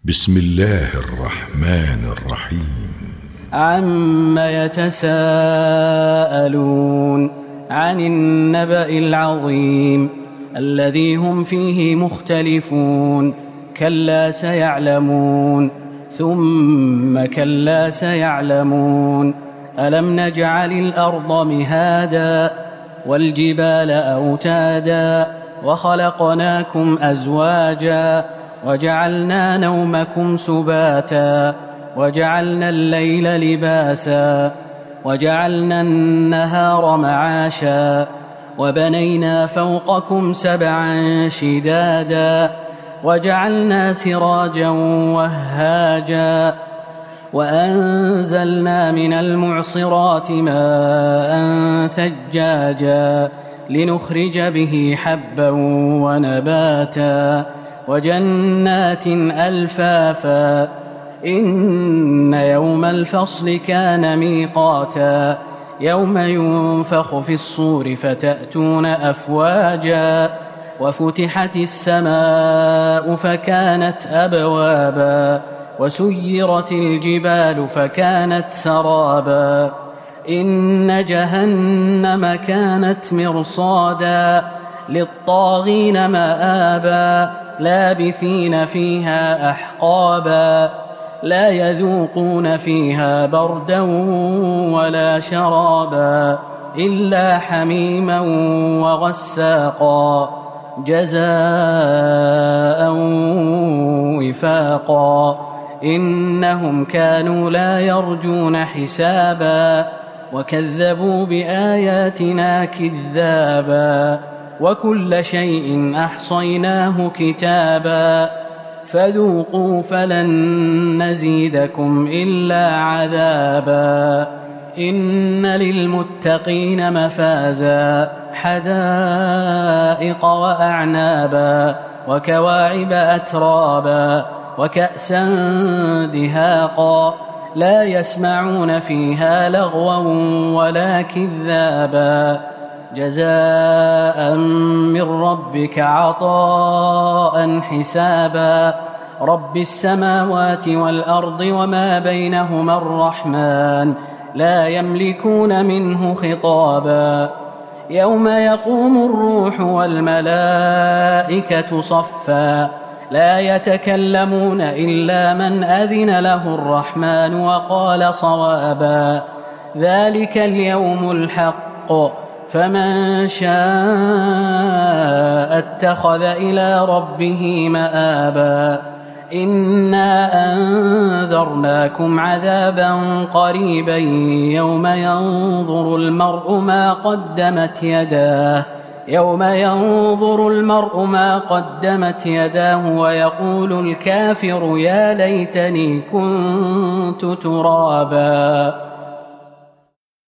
بسم الله الرحمن الرحيم. عم يتساءلون عن النبأ العظيم الذي هم فيه مختلفون. كلا سيعلمون ثم كلا سيعلمون. ألم نجعل الأرض مهادا والجبال أوتادا وخلقناكم أزواجا وجعلنا نومكم سباتا وجعلنا الليل لباسا وجعلنا النهار معاشا وبنينا فوقكم سبعا شدادا وجعلنا سراجا وهاجا وأنزلنا من المعصرات ماء ثجاجا لنخرج به حبا ونباتا وجنات ألفافا. إن يوم الفصل كان ميقاتا يوم ينفخ في الصور فتأتون أفواجا وفتحت السماء فكانت أبوابا وسيرت الجبال فكانت سرابا. إن جهنم كانت مرصادا للطاغين مآبا لابثين فيها أحقابا لا يذوقون فيها بردا ولا شرابا إلا حميما وغساقا جزاء وفاقا. إنهم كانوا لا يرجون حسابا وكذبوا بآياتنا كذابا وكل شيء أحصيناه كتابا فذوقوا فلن نزيدكم إلا عذابا. إن للمتقين مفازا حدائق وأعنابا وكواعب أترابا وكأسا دهاقا لا يسمعون فيها لغوا ولا كذابا جزاء من ربك عطاء حسابا. رب السماوات والأرض وما بينهما الرحمن لا يملكون منه خطابا. يوم يقوم الروح والملائكة صفا لا يتكلمون إلا من أذن له الرحمن وقال صوابا. ذلك اليوم الحق فمن شاء اتخذ إلى ربه مآبا. إنا أنذرناكم عذابا قريبا يوم ينظر المرء ما قدمت يداه ويقول الكافر يا ليتني كنت ترابا.